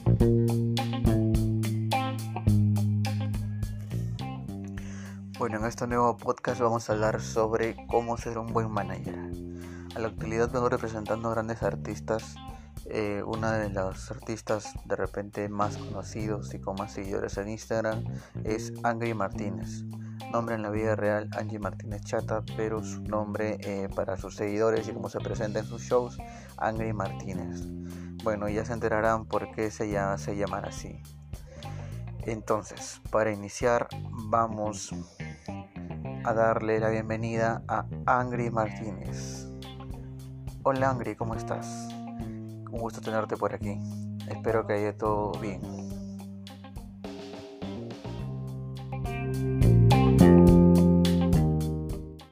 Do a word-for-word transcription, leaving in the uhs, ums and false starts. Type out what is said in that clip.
Bueno, en este nuevo podcast vamos a hablar sobre cómo ser un buen manager. A la actualidad vengo representando a grandes artistas. Eh, una de los artistas de repente más conocidos y con más seguidores en Instagram es Angry Martínez. Nombre en la vida real Angie Martínez Chata, pero su nombre eh, para sus seguidores y cómo se presenta en sus shows, Angry Martínez. Bueno, ya se enterarán por qué se llama, se llamará así. Entonces, para iniciar, vamos a darle la bienvenida a Angry Martínez. Hola Angry, ¿cómo estás? Un gusto tenerte por aquí. Espero que haya todo bien.